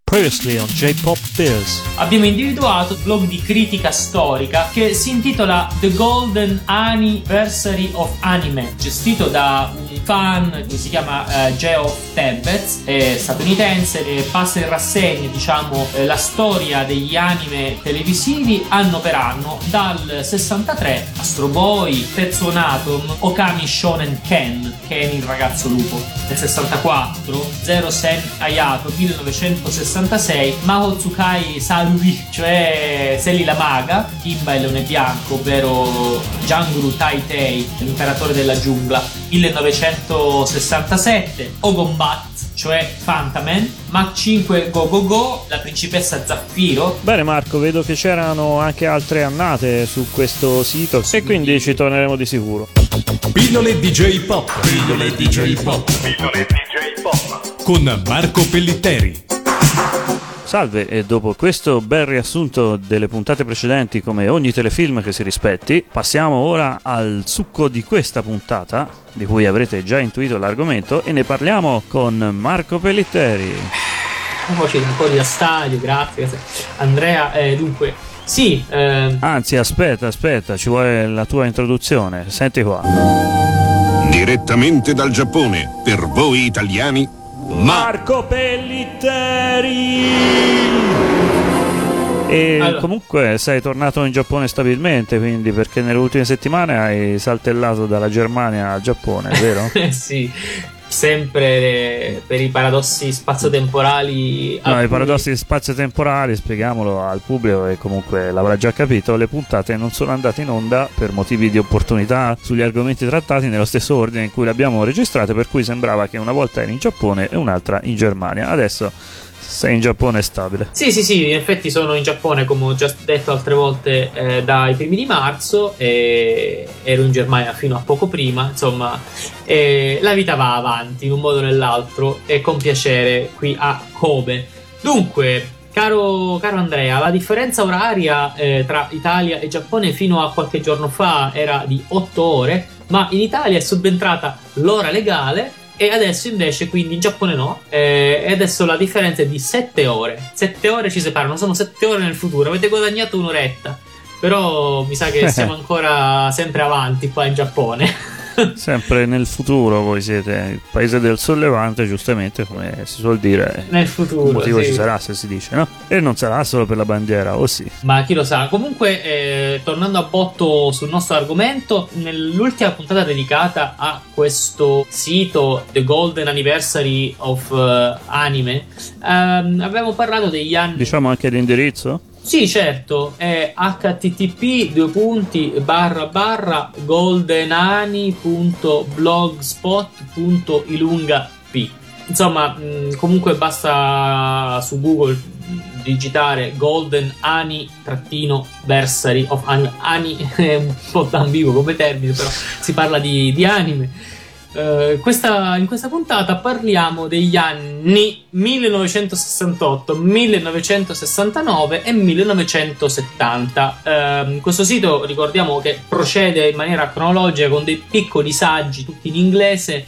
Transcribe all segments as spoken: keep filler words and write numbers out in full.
Previously on J-Pop Biz. Abbiamo individuato un blog di critica storica che si intitola The Golden Anniversary of Anime, gestito da un fan che si chiama uh, Geoff Tebbets, è statunitense, e passa in rassegna, diciamo, eh, la storia degli anime televisivi anno per anno, dal sessantatré Astro Boy, Tetsuo Atom, Okami Shonen Ken, Ken il ragazzo lupo, nel sessantaquattro, Zero Sen Ayato, millenovecentosessantasei, Maho Tsukai Sarui, cioè Selly la maga, Kimba il leone bianco, ovvero Janguru Taitei, l'imperatore della giungla, millenovecentosessantasette, Ogombat, cioè Fantaman, Mach cinque Go Go Go, la principessa Zaffiro. Bene Marco, vedo che c'erano anche altre annate su questo sito e quindi ci torneremo di sicuro. Pillole D J Pop. Pillole D J Pop. Pillole D J Pop. Con Marco Pellitteri. Salve, e dopo questo bel riassunto delle puntate precedenti, come ogni telefilm che si rispetti, passiamo ora al succo di questa puntata, di cui avrete già intuito l'argomento, e ne parliamo con Marco Pellitteri. Poi un po' di stadio, grazie. Andrea, eh, dunque, sì. Eh... Anzi, aspetta, aspetta, ci vuole la tua introduzione. Senti qua. Direttamente dal Giappone, per voi italiani, Marco Pellitteri. E allora, comunque sei tornato in Giappone stabilmente, quindi, perché nelle ultime settimane hai saltellato dalla Germania al Giappone, vero? Sì, sempre per i paradossi spazio-temporali. No, cui... i paradossi spazio-temporali, spieghiamolo al pubblico e comunque l'avrà già capito, le puntate non sono andate in onda per motivi di opportunità sugli argomenti trattati nello stesso ordine in cui le abbiamo registrate, per cui sembrava che una volta eri in Giappone e un'altra in Germania. Adesso sei in Giappone stabile. Sì, sì, sì, in effetti sono in Giappone, come ho già detto altre volte, eh, dai primi di marzo, e ero in Germania fino a poco prima, insomma, eh, la vita va avanti in un modo o nell'altro, e con piacere qui a Kobe. Dunque, caro, caro Andrea, la differenza oraria eh, tra Italia e Giappone fino a qualche giorno fa era di otto ore, ma in Italia è subentrata l'ora legale, e adesso invece, quindi in Giappone no, eh, e adesso la differenza è di sette ore. sette ore ci separano, sono sette ore nel futuro. Avete guadagnato un'oretta, però mi sa che siamo ancora sempre avanti qua in Giappone. Sempre nel futuro, voi siete il paese del sollevante, giustamente, come si suol dire. Nel futuro, un motivo sì. Ci sarà, se si dice, no? E non sarà solo per la bandiera, o sì? Ma chi lo sa. Comunque, eh, tornando a botto sul nostro argomento, nell'ultima puntata dedicata a questo sito, The Golden Anniversary of uh, Anime, ehm, abbiamo parlato degli anni... Diciamo anche l'indirizzo? Sì, certo, è h t t p due punti barra barra goldenani punto blogspot punto ilunga p. Insomma, mh, comunque basta su Google digitare Golden Ani trattino Versary of Anime. Ani è un po' ambiguo come termine, però si parla di, di anime. Uh, questa, in questa puntata parliamo degli anni millenovecentosessantotto, millenovecentosessantanove e millenovecentosettanta. Uh, questo sito, ricordiamo che procede in maniera cronologica con dei piccoli saggi, tutti in inglese,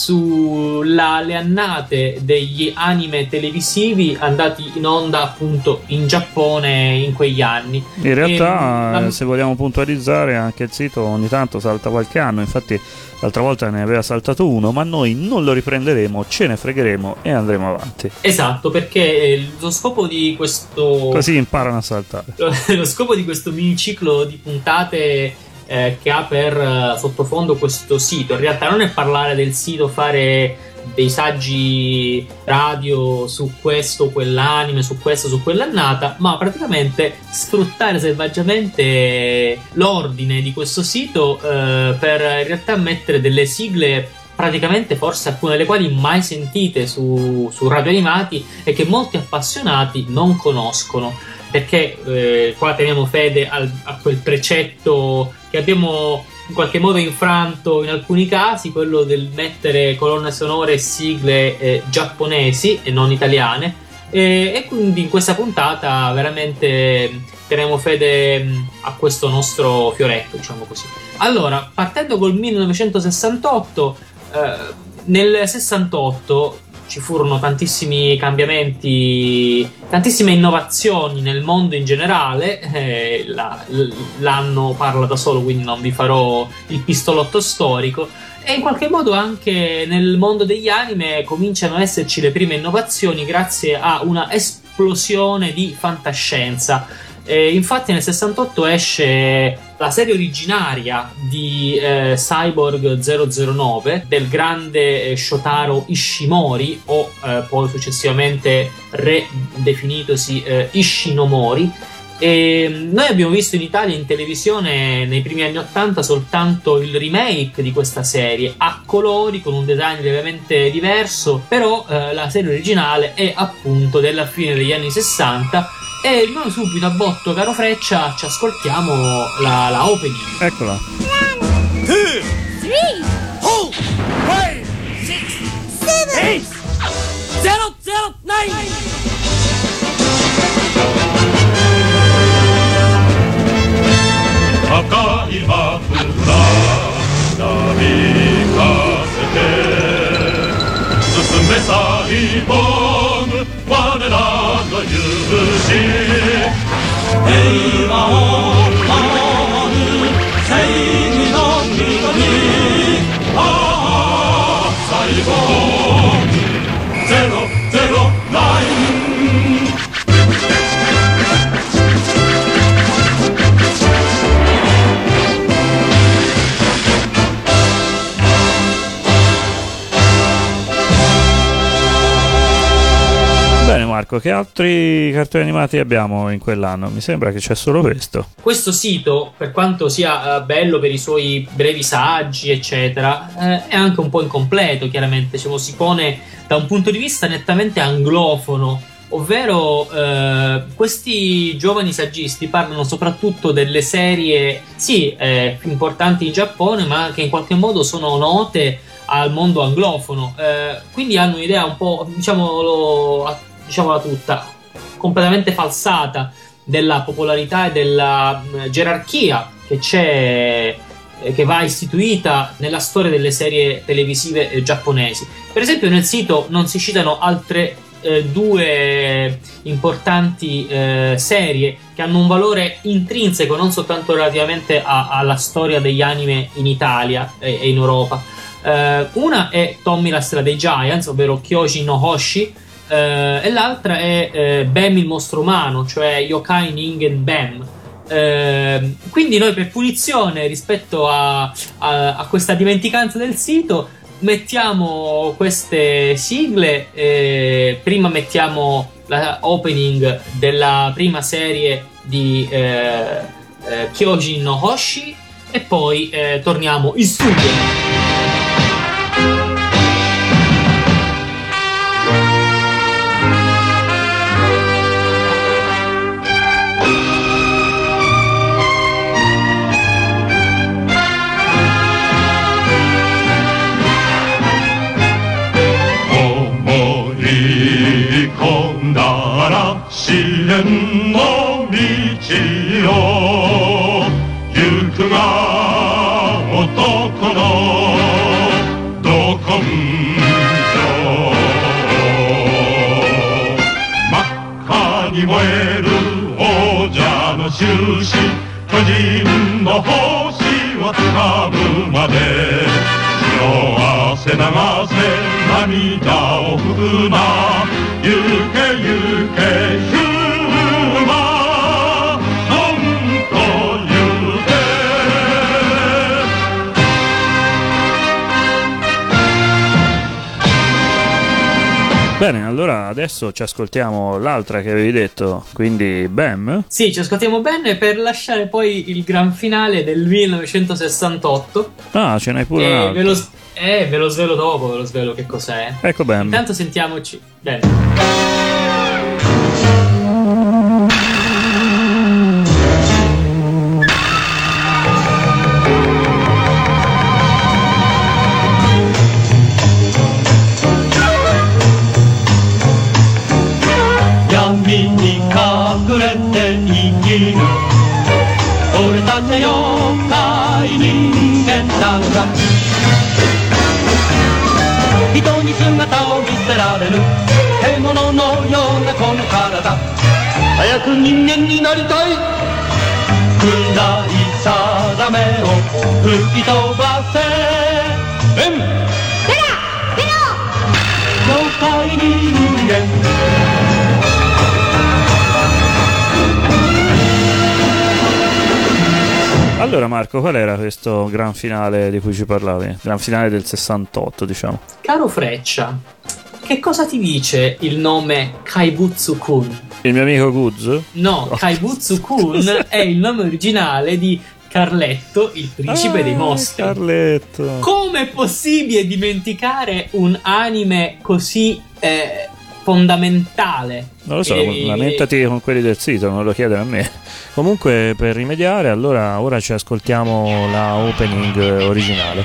sulle annate degli anime televisivi andati in onda appunto in Giappone in quegli anni. In realtà, e, la... se vogliamo puntualizzare, anche il sito ogni tanto salta qualche anno, infatti l'altra volta ne aveva saltato uno, ma noi non lo riprenderemo, ce ne fregheremo e andremo avanti. Esatto, perché lo scopo di questo... Così imparano a saltare. Lo scopo di questo miniciclo di puntate eh, che ha per uh, sottofondo questo sito, in realtà non è parlare del sito, fare dei saggi radio su questo o quell'anime, su questo su quell'annata, ma praticamente sfruttare selvaggiamente l'ordine di questo sito eh, per in realtà mettere delle sigle, praticamente forse alcune delle quali mai sentite su, su radio animati e che molti appassionati non conoscono, perché eh, qua teniamo fede al, a quel precetto che abbiamo in qualche modo infranto in alcuni casi, quello del mettere colonne sonore e sigle eh, giapponesi e non italiane, e, e quindi in questa puntata veramente teniamo fede a questo nostro fioretto, diciamo così. Allora, partendo col millenovecentosessantotto, eh, nel sessantotto ci furono tantissimi cambiamenti, tantissime innovazioni nel mondo in generale. Eh, la, l'anno parla da solo, quindi non vi farò il pistolotto storico. E in qualche modo anche nel mondo degli anime cominciano ad esserci le prime innovazioni grazie a una esplosione di fantascienza. Eh, infatti nel sessantotto esce la serie originaria di eh, Cyborg zero zero nove del grande eh, Shotaro Ishimori, o eh, poi successivamente redefinitosi eh, Ishinomori. E noi abbiamo visto in Italia in televisione nei primi anni ottanta soltanto il remake di questa serie a colori con un design lievemente diverso, però eh, la serie originale è appunto della fine degli anni sessanta. E noi subito a botto, caro Freccia, ci ascoltiamo la, la opening. Eccola. One, two, three, four, five, six, seven, eight, zero, zero, nine. 赤いマフラーなびかせて進めサイボーグ我らの勇士平和を守る正義の緑ああサイボーグゼロゼロナイン Bene Marco, che altri cartoni animati abbiamo in quell'anno? Mi sembra che c'è solo questo. Questo sito, per quanto sia uh, bello per i suoi brevi saggi eccetera, eh, è anche un po' incompleto, chiaramente, diciamo, si pone da un punto di vista nettamente anglofono, ovvero eh, questi giovani saggisti parlano soprattutto delle serie sì eh, importanti in Giappone, ma che in qualche modo sono note al mondo anglofono, eh, quindi hanno un'idea un po', diciamolo, diciamola tutta, completamente falsata della popolarità e della mh, gerarchia che c'è, eh, che va istituita nella storia delle serie televisive eh, giapponesi. Per esempio nel sito non si citano altre eh, due importanti eh, serie che hanno un valore intrinseco non soltanto relativamente a, alla storia degli anime in Italia e, e in Europa. Eh, una è Tommy la stella dei Giants, ovvero Kyojin no Hoshi, eh, e l'altra è eh, Bam il mostro umano, cioè Yokai Ningen Bam. Eh, quindi noi, per punizione rispetto a, a, a questa dimenticanza del sito, mettiamo queste sigle. Eh, prima mettiamo la opening della prima serie di eh, eh, Kyojin no Hoshi e poi eh, torniamo in studio. 試練の道を行くが男のど根性真っ赤に燃える王者の終始巨人の星をつかむまで汗流せ涙を拭くな行け行けヒューマンと言うて Bene, allora adesso ci ascoltiamo l'altra che avevi detto, quindi Bam. Sì, ci ascoltiamo bene per lasciare poi il gran finale del millenovecentosessantotto. Ah, ce n'hai pure un altro. Ve lo, eh, ve lo svelo dopo, ve lo svelo che cos'è. Ecco Bam. Intanto sentiamoci. Bene. 俺たち妖怪人間だが人に姿を見せせられぬ獣のようなこの体早く人間になりたい暗い定めを吹き飛ばせベンベラベロ妖怪人間 Allora Marco, qual era questo gran finale di cui ci parlavi? Gran finale del sessantotto, diciamo. Caro Freccia, che cosa ti dice il nome Kaibutsu-kun? Il mio amico Guz? No, Kaibutsu-kun è il nome originale di Carletto, il principe ah, dei mostri. Carletto. Come è possibile dimenticare un anime così eh, fondamentale? Non lo so, e... lamentati con quelli del sito, non lo chiedere a me. Comunque, per rimediare, allora ora ci ascoltiamo la opening originale.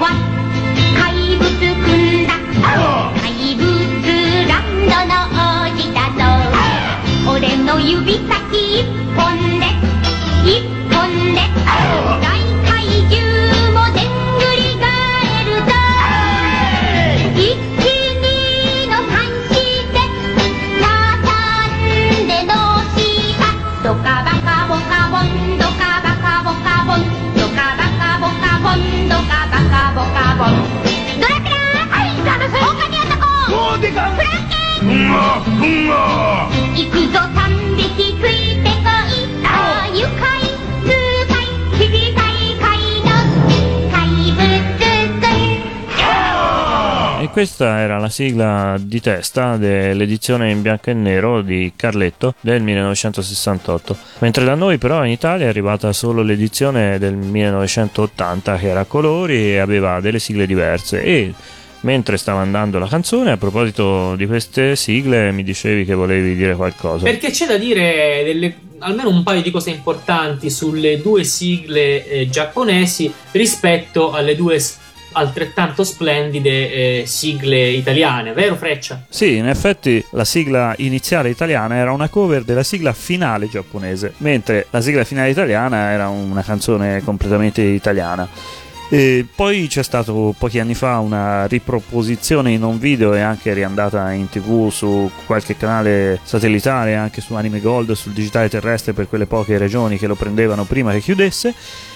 E questa era la sigla di testa dell'edizione in bianco e nero di Carletto del millenovecentosessantotto, mentre da noi però in Italia è arrivata solo l'edizione del millenovecentottanta che era a colori e aveva delle sigle diverse. E mentre stava andando la canzone, a proposito di queste sigle, mi dicevi che volevi dire qualcosa. Perché c'è da dire delle, almeno un paio di cose importanti sulle due sigle eh, giapponesi rispetto alle due altrettanto splendide eh, sigle italiane, vero Freccia? Sì, in effetti la sigla iniziale italiana era una cover della sigla finale giapponese, mentre la sigla finale italiana era una canzone completamente italiana. E poi c'è stato pochi anni fa una riproposizione in un video e anche riandata in tv su qualche canale satellitare, anche su Anime Gold, sul digitale terrestre per quelle poche regioni che lo prendevano prima che chiudesse,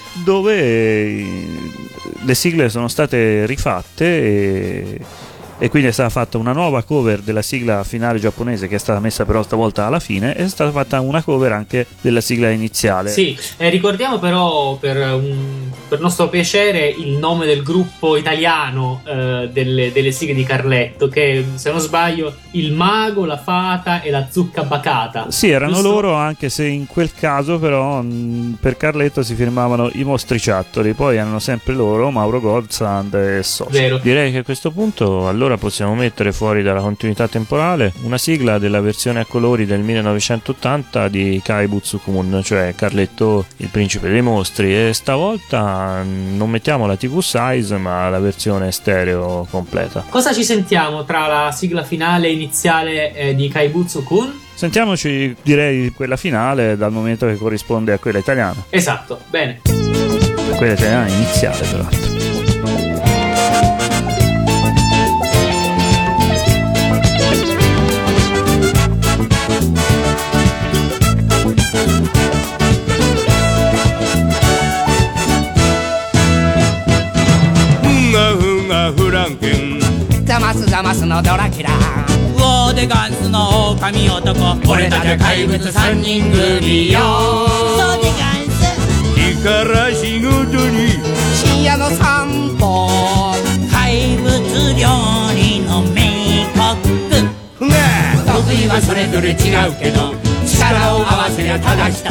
dove le sigle sono state rifatte e, e quindi è stata fatta una nuova cover della sigla finale giapponese, che è stata messa però stavolta alla fine, e è stata fatta una cover anche della sigla iniziale. Sì, eh, ricordiamo però per, un, per nostro piacere il nome del gruppo italiano eh, delle, delle sigle di Carletto, che se non sbaglio il mago, la fata e la zucca bacata. Sì, erano giusto? loro, anche se in quel caso però mh, per Carletto si firmavano i mostriciattoli, poi erano sempre loro, Mauro Goldsand e Sosa. Vero. Direi che a questo punto allora possiamo mettere fuori dalla continuità temporale una sigla della versione a colori del millenovecentottanta di Kaibutsu-kun, cioè Carletto, il principe dei mostri, e stavolta non mettiamo la tivù size ma la versione stereo completa. Cosa ci sentiamo tra la sigla finale e iniziale eh, di Kaibutsu-kun? Sentiamoci, direi, quella finale, dal momento che corrisponde a quella italiana. Esatto, bene. Quella italiana iniziale, peraltro. フランケンザマスザマスのドラキュラウォーデガンスの狼男俺たちは怪物三人組よそうでガンス日から仕事に深夜の散歩怪物料理の名コック得意はそれぞれ違うけど力を合わせりゃただ一つ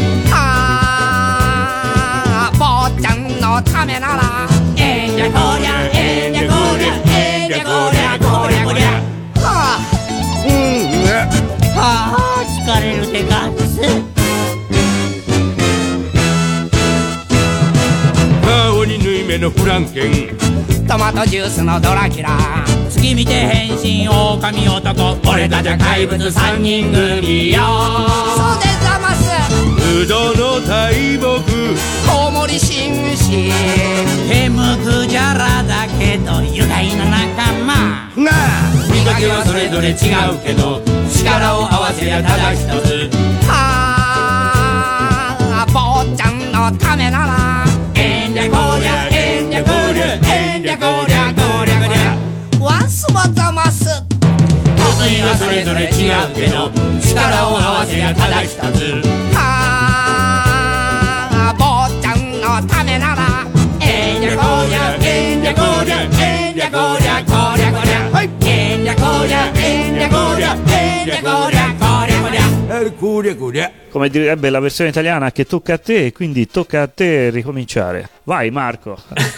あー坊ちゃんのためならえんじゃこりゃえんじゃこりゃえんじゃこりゃこりゃこりゃはあうんはあ疲れるでガンス顔に縫い目のフランケントマトジュースのドラキュラ月見て変身狼男俺たちは怪物三人組よそうでざますうどの大木コウモリ紳士ヘムクジャラだけど愉快な仲間がみきかけはそれぞれ違うけど力を合わせりゃただ一つああ坊ちゃんのためならえんりゃこりゃえんりゃこりゃえんりゃこりゃこりゃこりゃわすもざます得意はそれぞれ違うけど力を合わせりゃただ一つああ坊ちゃんのためならえんりゃこりゃえんりゃこりゃえんりゃこりゃこりゃこりゃはいえんりゃこりゃえんりゃこりゃえんりゃこりゃこりゃこりゃえこりゃこりゃ come direbbe la versione italiana, che tocca a te, quindi tocca a te ricominciare. Vai Marco.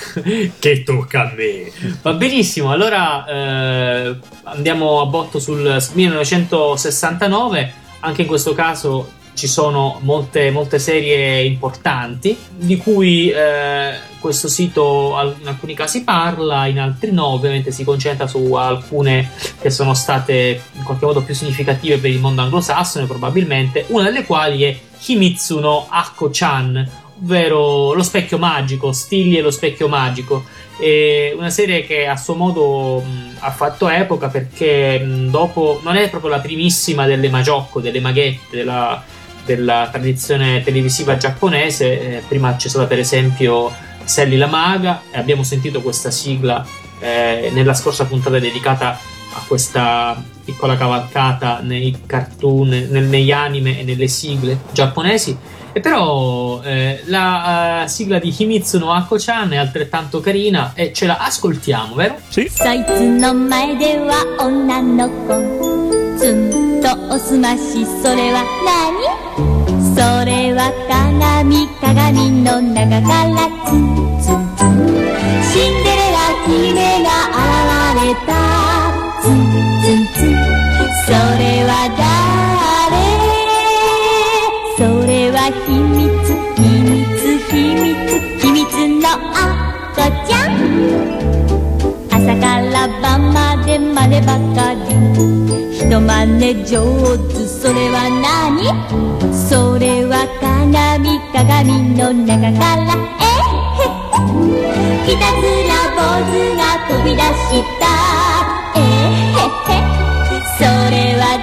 Che tocca a me. Va benissimo, allora eh, andiamo a botto sul millenovecentosessantanove. Anche in questo caso ci sono molte, molte serie importanti, di cui eh, questo sito in alcuni casi parla, in altri no. Ovviamente si concentra su alcune che sono state in qualche modo più significative per il mondo anglosassone, probabilmente, una delle quali è Himitsu no Akko-chan, ovvero lo specchio magico, Stilly e lo specchio magico. È una serie che a suo modo mh, ha fatto epoca, perché mh, dopo non è proprio la primissima delle Majokko, delle maghette, della, della tradizione televisiva giapponese. Eh, prima c'è stata per esempio Sally la maga, e abbiamo sentito questa sigla eh, nella scorsa puntata dedicata a questa piccola cavalcata nei cartoon, nel, negli anime e nelle sigle giapponesi. E però eh, la uh, sigla di Himitsu no Akko-chan è altrettanto carina e ce la ascoltiamo, vero? Sì. そいつの前では女の子ずんとおすましそれは何それは鏡鏡の中からツンツンツンシンデレラ姫が現れたツンツンツンそれは誰それは秘密秘密秘密秘密の赤ちゃん朝から晩までまねばかり人真似上手それは何それは鏡鏡の中からえへへひたすら坊主が飛び出したえへへそれは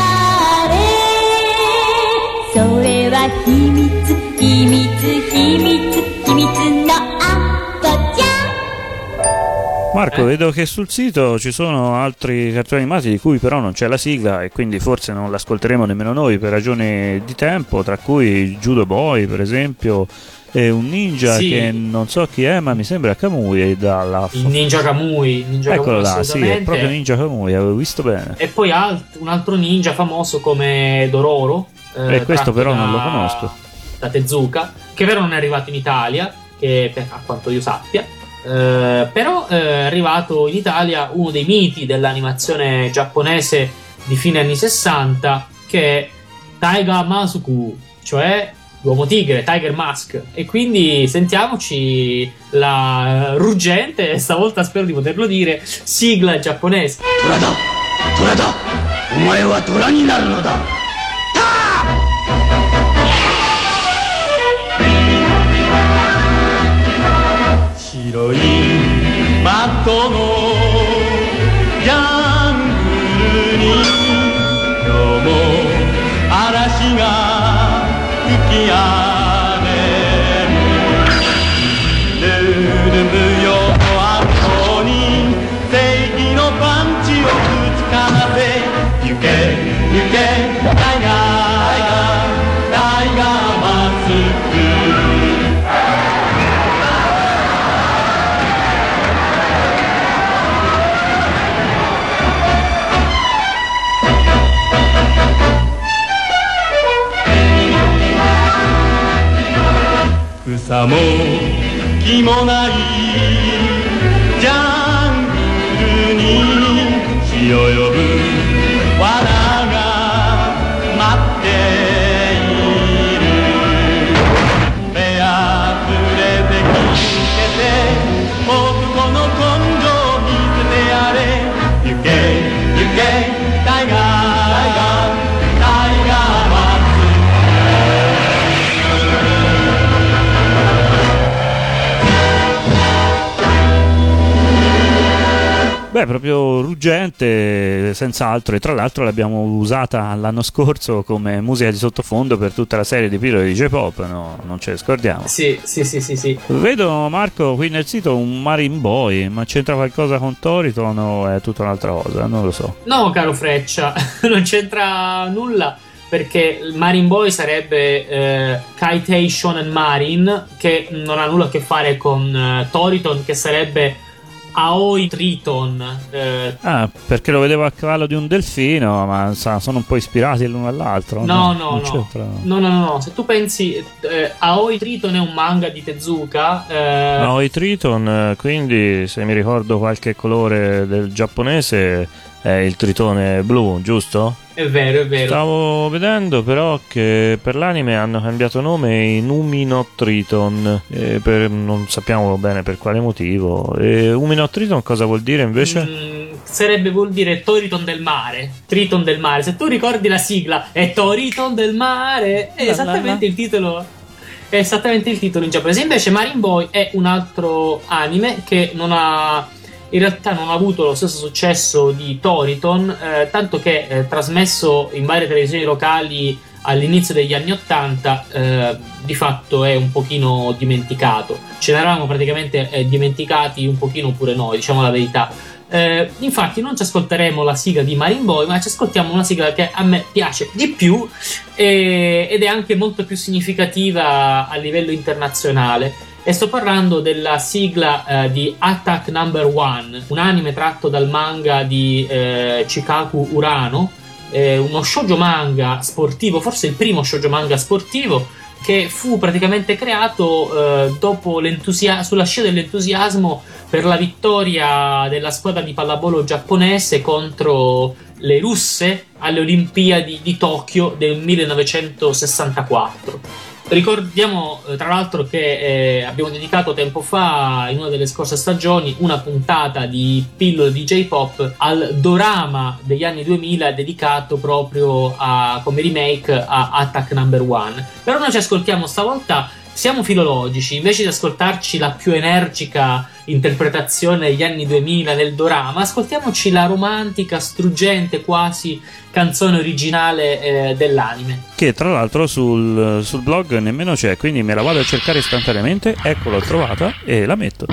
誰それは秘密秘密秘密秘密の赤ちゃん Marco, vedo che sul sito ci sono altri cartoni animati di cui però non c'è la sigla e quindi forse non l'ascolteremo nemmeno noi per ragioni di tempo, tra cui Judo Boy per esempio, e un ninja sì. che non so chi è ma mi sembra Kamui dalla... il Ninja Kamui, Ninja eccolo Kamui, là, sì, è proprio Ninja Kamui, avevo visto bene. E poi alt- un altro ninja famoso come Dororo, eh, e questo però da, non lo conosco, da Tezuka, che però non è arrivato in Italia, che a quanto io sappia. Uh, però uh, è arrivato in Italia uno dei miti dell'animazione giapponese di fine anni sessanta, che è Taiga Masuku, cioè l'uomo tigre, Tiger Mask. E quindi sentiamoci la ruggente, e stavolta spero di poterlo dire, sigla giapponese. Torada! Torada! Omae wa tora ni naru no da! 白いマットのジャングルに今日も嵐が吹き荒れるルルムよあとに正義のパンチをぶつかせ行け行けタイガータイガーマスク草も木もないジャングルに血を呼ぶ罠が待っている目あふれて聞けて僕この根性を見せてやれ行け行けタイガータイガータイガーマス Beh, Beh, proprio ruggente, senz'altro, e tra l'altro l'abbiamo usata l'anno scorso come musica di sottofondo per tutta la serie di pillole di J-Pop, no? Non ce ne scordiamo. Sì, sì, sì, sì, sì. Vedo, Marco, qui nel sito un Marine Boy, ma c'entra qualcosa con Toriton o è tutta un'altra cosa? Non lo so. No, caro Freccia, non c'entra nulla, perché il Marine Boy sarebbe eh, Kaitei Shonen Marine, che non ha nulla a che fare con eh, Toriton, che sarebbe Aoi Triton. eh. Ah, perché lo vedevo a cavallo di un delfino, ma sa, sono un po' ispirati l'uno all'altro. No, no, no, no. no, no, no, no. Se tu pensi, eh, Aoi Triton è un manga di Tezuka. Eh... Aoi Triton, quindi se mi ricordo qualche colore del giapponese, è il tritone blu, giusto? È vero, è vero. Stavo vedendo però che per l'anime hanno cambiato nome in Umino Triton, e per, non sappiamo bene per quale motivo. E Umino Triton cosa vuol dire invece? Mm, sarebbe vuol dire Toriton del mare. Triton del mare. Se tu ricordi la sigla, è Toriton del mare. È esattamente il titolo. È esattamente il titolo in giapponese. Invece Marine Boy è un altro anime che non ha... in realtà non ha avuto lo stesso successo di Toriton, eh, tanto che eh, trasmesso in varie televisioni locali all'inizio degli anni ottanta, eh, di fatto è un pochino dimenticato. Ce ne eravamo praticamente eh, dimenticati un pochino pure noi, diciamo la verità. Eh, infatti non ci ascolteremo la sigla di Marine Boy, ma ci ascoltiamo una sigla che a me piace di più eh, ed è anche molto più significativa a livello internazionale. E sto parlando della sigla eh, di Attack Number One, un anime tratto dal manga di eh, Chikaku Urano, eh, uno shoujo manga sportivo, forse il primo shoujo manga sportivo, che fu praticamente creato eh, dopo l'entusia- sulla scia dell'entusiasmo per la vittoria della squadra di pallavolo giapponese contro le russe alle Olimpiadi di Tokyo del millenovecentosessantaquattro. Ricordiamo eh, tra l'altro che eh, abbiamo dedicato tempo fa, in una delle scorse stagioni, una puntata di pillole di J-Pop al dorama degli anni duemila dedicato proprio a, come remake a Attack Number One. Però noi ci ascoltiamo stavolta, siamo filologici, invece di ascoltarci la più energica interpretazione degli anni duemila nel dorama, ascoltiamoci la romantica, struggente quasi canzone originale eh, dell'anime, che tra l'altro sul, sul blog nemmeno c'è, quindi me la vado a cercare istantaneamente. Ecco, l'ho trovata e la metto.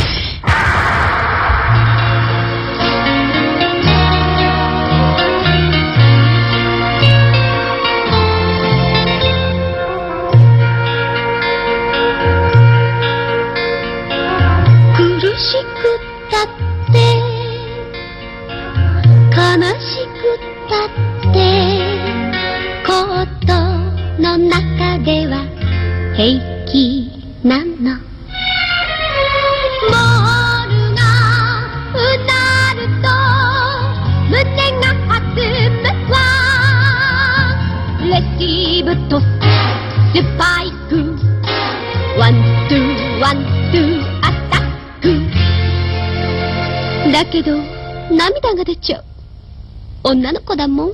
だけど涙が出ちゃう女の子だもん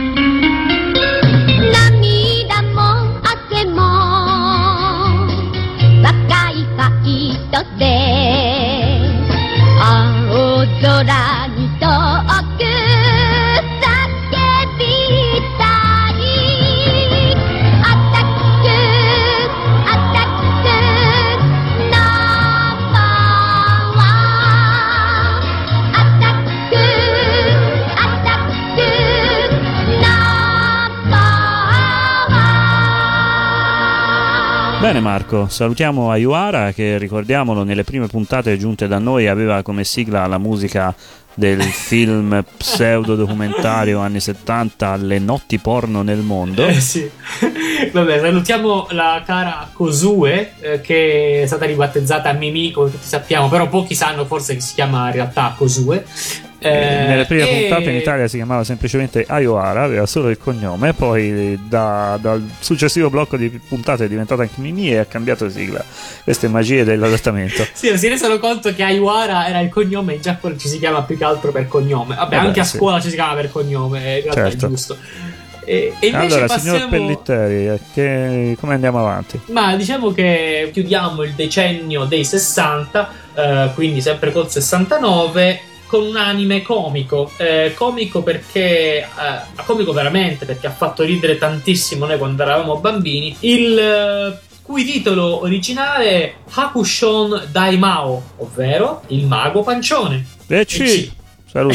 涙も汗も若いファイトで青空に遠く叫びたいアタックアタックナンバーワンアタックアタックナンバーワン Bene Marco, salutiamo Ayuara che, ricordiamolo, nelle prime puntate giunte da noi aveva come sigla la musica del film pseudo documentario anni settanta Le notti porno nel mondo. Eh sì. Vabbè, salutiamo la cara Kosue eh, che è stata ribattezzata Mimi come tutti sappiamo, però pochi sanno forse che si chiama in realtà Kosue. Eh, nelle prime e... puntate in Italia si chiamava semplicemente Ayuara, aveva solo il cognome, poi da, dal successivo blocco di puntate è diventata anche Mimi e ha cambiato sigla. Queste magie dell'adattamento. Sì, si resero conto che Ayuara era il cognome, in Giappone ci si chiama più che altro per cognome. Vabbè, Vabbè anche a sì. scuola ci si chiama per cognome, in realtà certo. è giusto. E, e invece allora, passiamo... signor Pellitteri, che... come andiamo avanti? Ma diciamo che chiudiamo il decennio dei sessanta, eh, quindi sempre col sessantanove, con un anime comico, eh, comico perché eh, comico veramente perché ha fatto ridere tantissimo noi quando eravamo bambini, il eh, cui titolo originale Hakushon Daimao, ovvero il mago pancione. E C. E C. Saluto.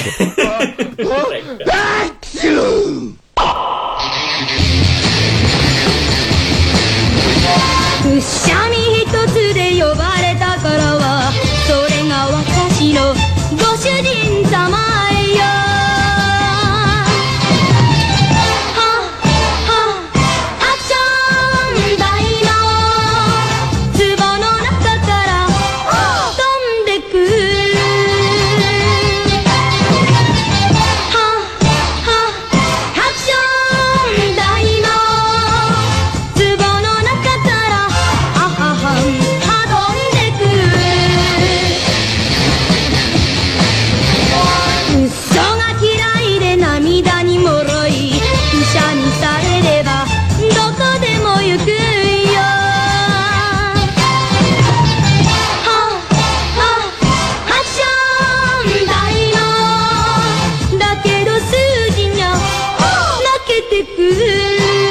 くしゃみ一つで呼ばれたからはそれが私のご主人様よ。ははアクション大の壺の中から飛んでく。ははアクション大の壺の中からあははん運んでく。嘘が嫌いで涙にもろい医者にされればどこでも行くよ。ははアクション大のだけど数字にゃ泣けてく。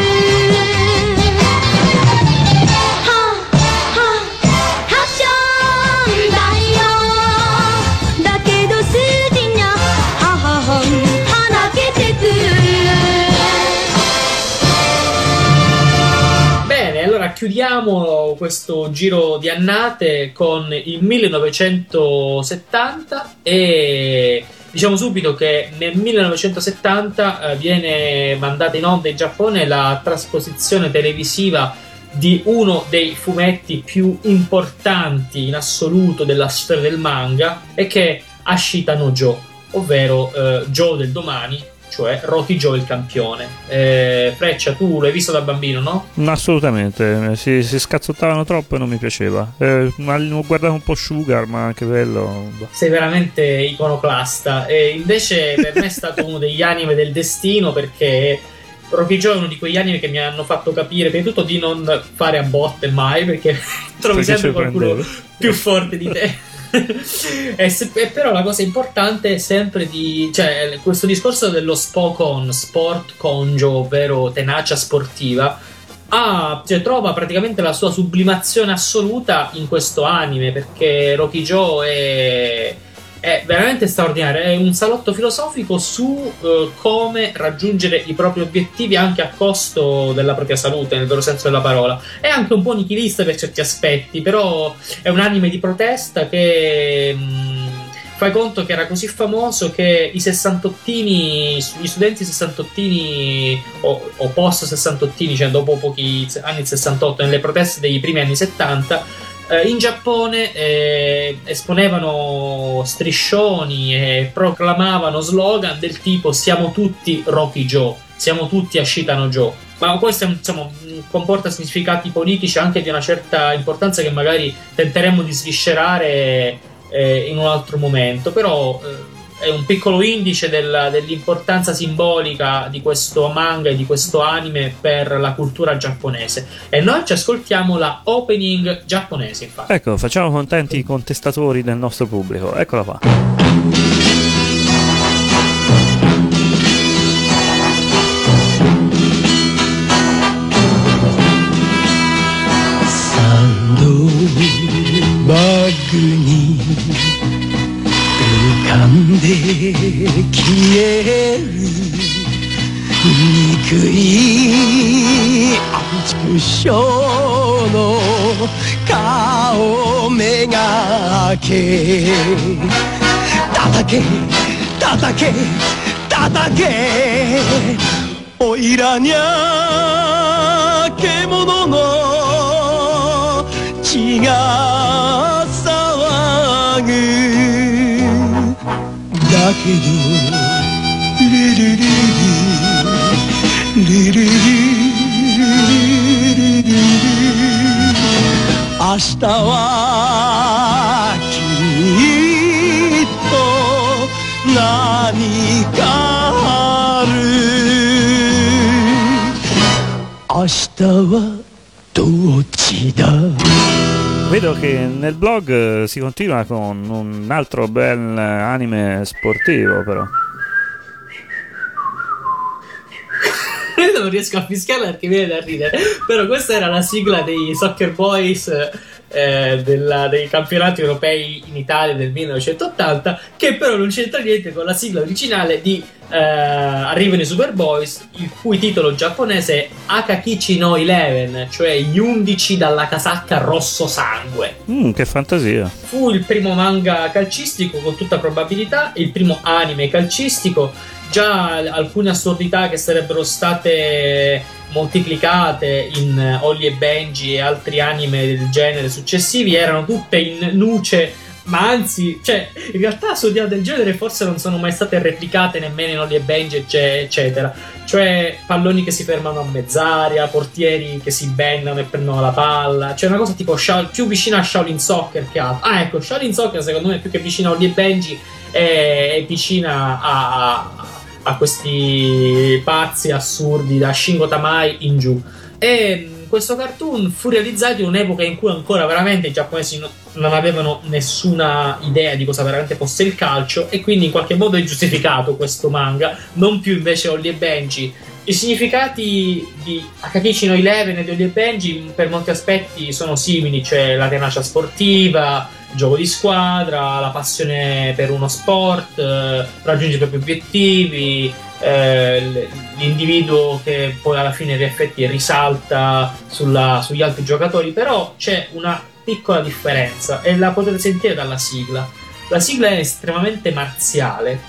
Chiudiamo questo giro di annate con il millenovecentosettanta e diciamo subito che nel millenovecentosettanta eh, viene mandata in onda in Giappone la trasposizione televisiva di uno dei fumetti più importanti in assoluto della storia del manga, e che è Ashita no Joe, ovvero eh, Joe del domani, cioè Rocky Joe il campione. eh, Freccia, tu l'hai visto da bambino, no? Assolutamente, si, si scazzottavano troppo e non mi piaceva. eh, Ho guardato un po' Sugar, ma anche quello. Sei veramente iconoclasta. E invece per me è stato uno degli anime del destino, perché Rocky Joe è uno di quegli anime che mi hanno fatto capire prima di tutto di non fare a botte mai, perché trovi perché sempre qualcuno più forte di te. E, se, e però la cosa importante è sempre di, cioè, questo discorso dello Spokon, sport conjo, ovvero tenacia sportiva, ah, cioè, trova praticamente la sua sublimazione assoluta in questo anime, perché Rocky Joe è, è veramente straordinario. È un salotto filosofico su uh, come raggiungere i propri obiettivi anche a costo della propria salute, nel vero senso della parola. È anche un po' nichilista per certi aspetti, però è un anime di protesta che mh, fai conto che era così famoso che i sessantottini, gli studenti sessantottini o, o post sessantottini, cioè dopo pochi anni sessantotto, nelle proteste dei primi anni settanta, in Giappone eh, esponevano striscioni e proclamavano slogan del tipo siamo tutti Rocky Joe, siamo tutti Ashita no Joe. Ma questo insomma, comporta significati politici anche di una certa importanza che magari tenteremo di sviscerare eh, in un altro momento, però eh, è un piccolo indice della, dell'importanza simbolica di questo manga e di questo anime per la cultura giapponese. E noi ci ascoltiamo la opening giapponese, infatti. Ecco, facciamo contenti i contestatori del nostro pubblico. Eccola qua. Sandbag 浮かんで消える憎い畜生の顔めがけ叩け叩け叩けおいらにゃ獣の血が騒ぐだけどリリリリリリリリリリ明日はきっと何かある明日はどっちだ Vedo che nel blog si continua con un altro bel anime sportivo, però. Io non riesco a fischiarla perché viene da ridere. Però questa era la sigla dei Soccer Boys eh, della, dei campionati europei in Italia del millenovecentottanta, che però non c'entra niente con la sigla originale di eh, Arrivano i Super Boys, il cui titolo giapponese è Akakichi no Eleven, cioè gli undici dalla casacca rosso sangue. Mm, che fantasia. Fu il primo manga calcistico con tutta probabilità, il primo anime calcistico. Già alcune assurdità che sarebbero state moltiplicate in Holly e Benji e altri anime del genere successivi erano tutte in nuce, ma anzi, cioè, in realtà assurdità del genere forse non sono mai state replicate nemmeno in Holly e Benji, eccetera. Cioè, palloni che si fermano a mezz'aria, portieri che si bennano e prendono la palla. Cioè, una cosa tipo Shao- più vicina a Shaolin Soccer che altro. Ah, ecco, Shaolin Soccer secondo me più che vicina a Holly e Benji è, è vicina a... a questi pazzi assurdi da Shingo Tamai in giù. E questo cartoon fu realizzato in un'epoca in cui ancora veramente i giapponesi no, non avevano nessuna idea di cosa veramente fosse il calcio, e quindi in qualche modo è giustificato questo manga, non più invece Holly e Benji. I significati di Akakichi no Eleven e di Holly e Benji per molti aspetti sono simili, cioè la tenacia sportiva, il gioco di squadra, la passione per uno sport, eh, raggiungere i propri obiettivi, eh, l'individuo che poi alla fine in effetti risalta sulla, sugli altri giocatori. Però c'è una piccola differenza e la potete sentire dalla sigla. La sigla è estremamente marziale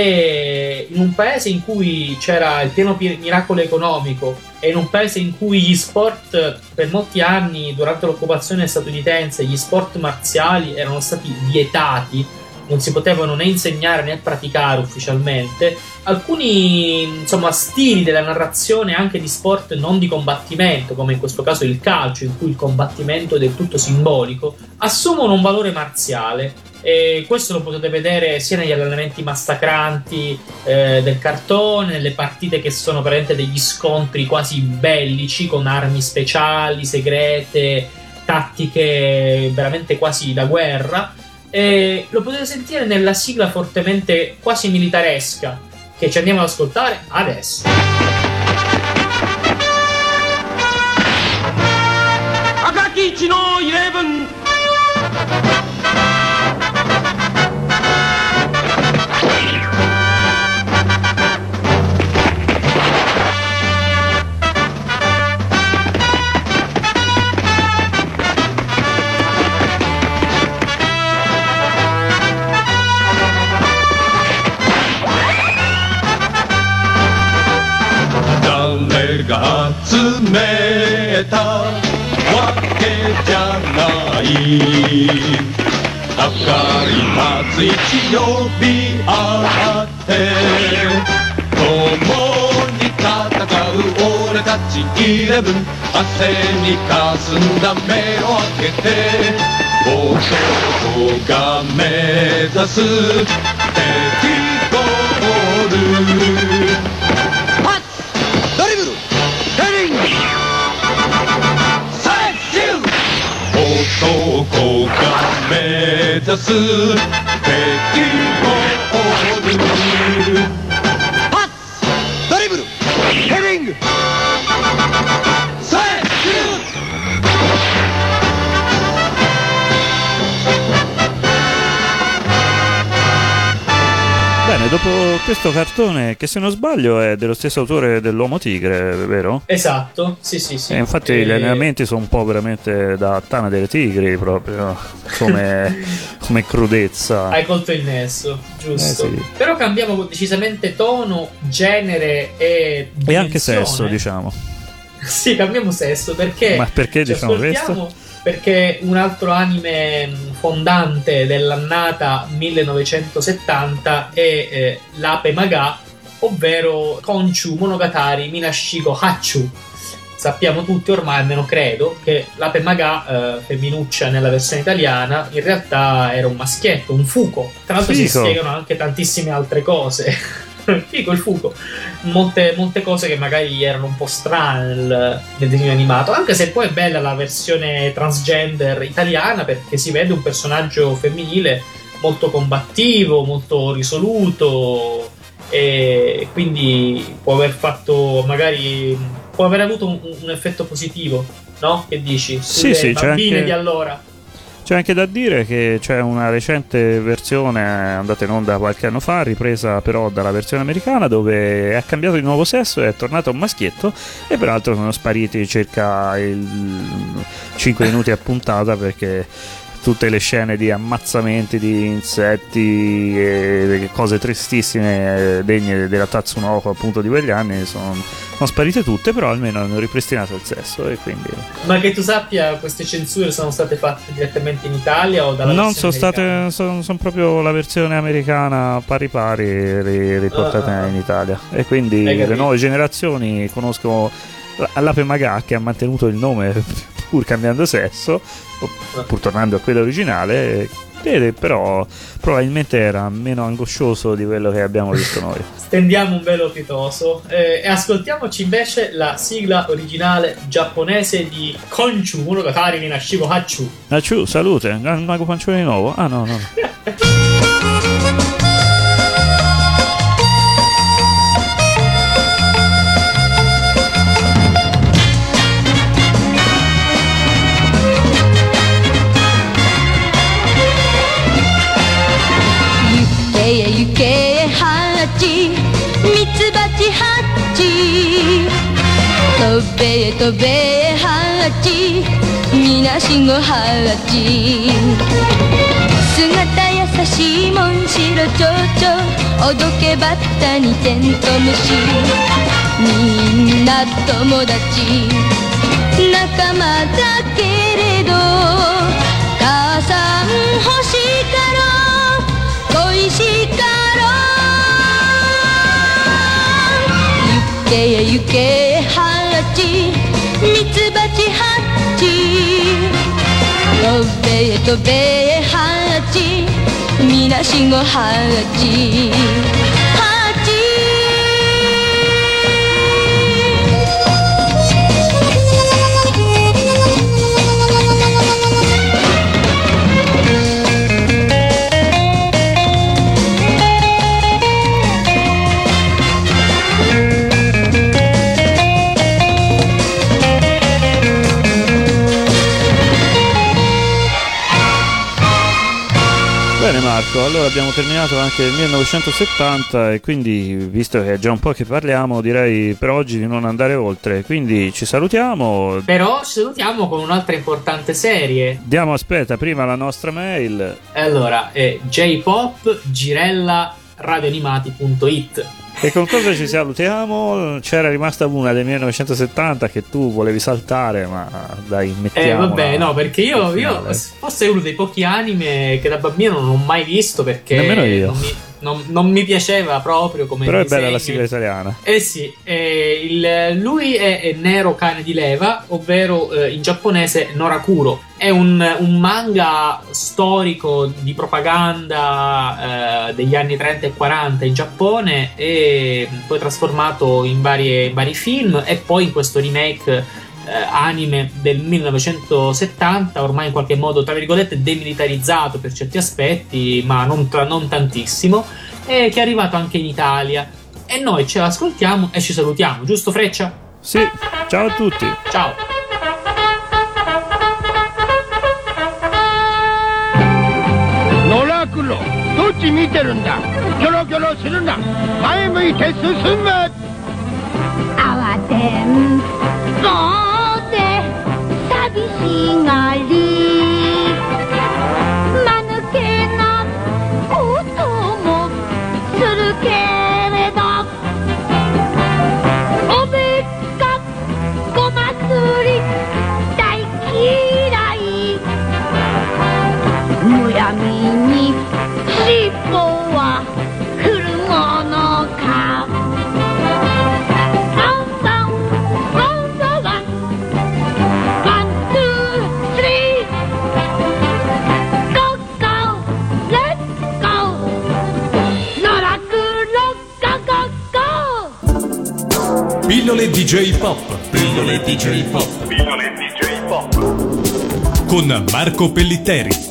e in un paese in cui c'era il pieno miracolo economico e in un paese in cui gli sport per molti anni durante l'occupazione statunitense, gli sport marziali erano stati vietati, non si potevano né insegnare né praticare ufficialmente, alcuni insomma stili della narrazione anche di sport non di combattimento, come in questo caso il calcio, in cui il combattimento è del tutto simbolico, assumono un valore marziale. E questo lo potete vedere sia negli allenamenti massacranti eh, del cartone, nelle partite che sono veramente degli scontri quasi bellici con armi speciali, segrete, tattiche veramente quasi da guerra. E lo potete sentire nella sigla fortemente quasi militaresca che ci andiamo ad ascoltare adesso. Akakichi no Eleven. が集めたわけじゃない明るい松一呼び合って共に戦う俺たちイレブン汗にかすんだ目を開けて弟が目指す敵ゴールドリブルヘディングサイドシュート男が目指す敵ゴールパスドリブルヘディングサイドシュート Bene, dopo questo cartone, che se non sbaglio è dello stesso autore dell'Uomo Tigre, vero? Esatto, sì sì sì. E infatti e... gli allenamenti sono un po' veramente da Tana delle Tigri proprio, come, come crudezza. Hai colto il nesso, giusto. Eh, sì. Però cambiamo decisamente tono, genere e dimensione. E anche sesso, diciamo. Sì, cambiamo sesso, perché... Ma perché diciamo questo? Perché un altro anime fondante dell'annata millenovecentosettanta è eh, l'Ape Maga, ovvero Konchu Monogatari Minashiko Hachu. Sappiamo tutti ormai, almeno credo, che l'Ape Maga, eh, femminuccia nella versione italiana, in realtà era un maschietto, un fuco. Tra l'altro Fico. si spiegano anche tantissime altre cose. figo il fuoco. Molte, molte cose che magari erano un po' strane nel, nel disegno animato, anche se poi è bella la versione transgender italiana, perché si vede un personaggio femminile molto combattivo, molto risoluto, e quindi può aver fatto magari può aver avuto un, un effetto positivo, no? Che dici? Sì, sì, c'è bambine anche... di allora. C'è anche da dire che c'è una recente versione andata in onda qualche anno fa, ripresa però dalla versione americana, dove ha cambiato di nuovo sesso e è tornato un maschietto, e peraltro sono spariti circa il cinque minuti a puntata, perché tutte le scene di ammazzamenti di insetti e cose tristissime degne della Tatsunoko appunto di quegli anni sono, sono sparite tutte, però almeno hanno ripristinato il sesso, e quindi... Ma che tu sappia, queste censure sono state fatte direttamente in Italia o dalla non versione sono americana? state sono, sono proprio la versione americana pari pari ri- riportate Ah, ah, ah. in Italia, e quindi Hai le capito. nuove generazioni conoscono l- l'Ape Maga, che ha mantenuto il nome pur cambiando sesso, pur tornando a quello originale, ed però probabilmente era meno angoscioso di quello che abbiamo visto noi. Stendiamo un velo pietoso eh, e ascoltiamoci invece la sigla originale giapponese di Konchu Monogatari ni Nashibo Hachu. Nachu, salute, un mago pancione di nuovo? Ah no, no. 行けハチミツバチハチ飛べ飛べハチみなしごハチ姿優しいモンシロチョウチョおどけばったにテントウムシみんな友達仲間だけれど母さん欲しかろ恋しかろ行け行けハチミツバチハチ飛べ飛べハチみなしごハチハチ Bene Marco, allora abbiamo terminato anche il millenovecentosettanta e quindi, visto che è già un po' che parliamo, direi per oggi di non andare oltre, quindi ci salutiamo. Però ci salutiamo con un'altra importante serie. Diamo, aspetta, prima la nostra mail. Allora, è jpop girella radioanimati punto it. E con cosa ci salutiamo? C'era rimasta una del millenovecentosettanta che tu volevi saltare, ma dai, mettiamola. Eh vabbè, no, perché io, io forse è uno dei pochi anime che da bambino non ho mai visto, perché nemmeno io. Non mi, non, non mi piaceva proprio come Però è disegno. bella la sigla italiana. Eh sì, eh, il, lui è, è Nero cane di leva, ovvero eh, in giapponese Norakuro. È un, un manga storico di propaganda eh, degli anni trenta e quaranta in Giappone, e poi trasformato in varie, vari film, e poi in questo remake eh, anime del millenovecentosettanta, ormai in qualche modo tra virgolette demilitarizzato per certi aspetti, ma non, tra, non tantissimo, e che è arrivato anche in Italia. E noi ce l'ascoltiamo e ci salutiamo, giusto Freccia? Sì, ciao a tutti. Ciao. Norakulo, どっち見てるんだ。キョロキョロするな。前向いて進め。 慌てんぼうで寂しがり間抜けなこともするけれどおべっかごますり大嫌いむやみに尻尾は振るものかワンワンワンワンワン Pillole D J Pop. Pillole D J Pop. Pillole D J Pop. Con Marco Pellitteri.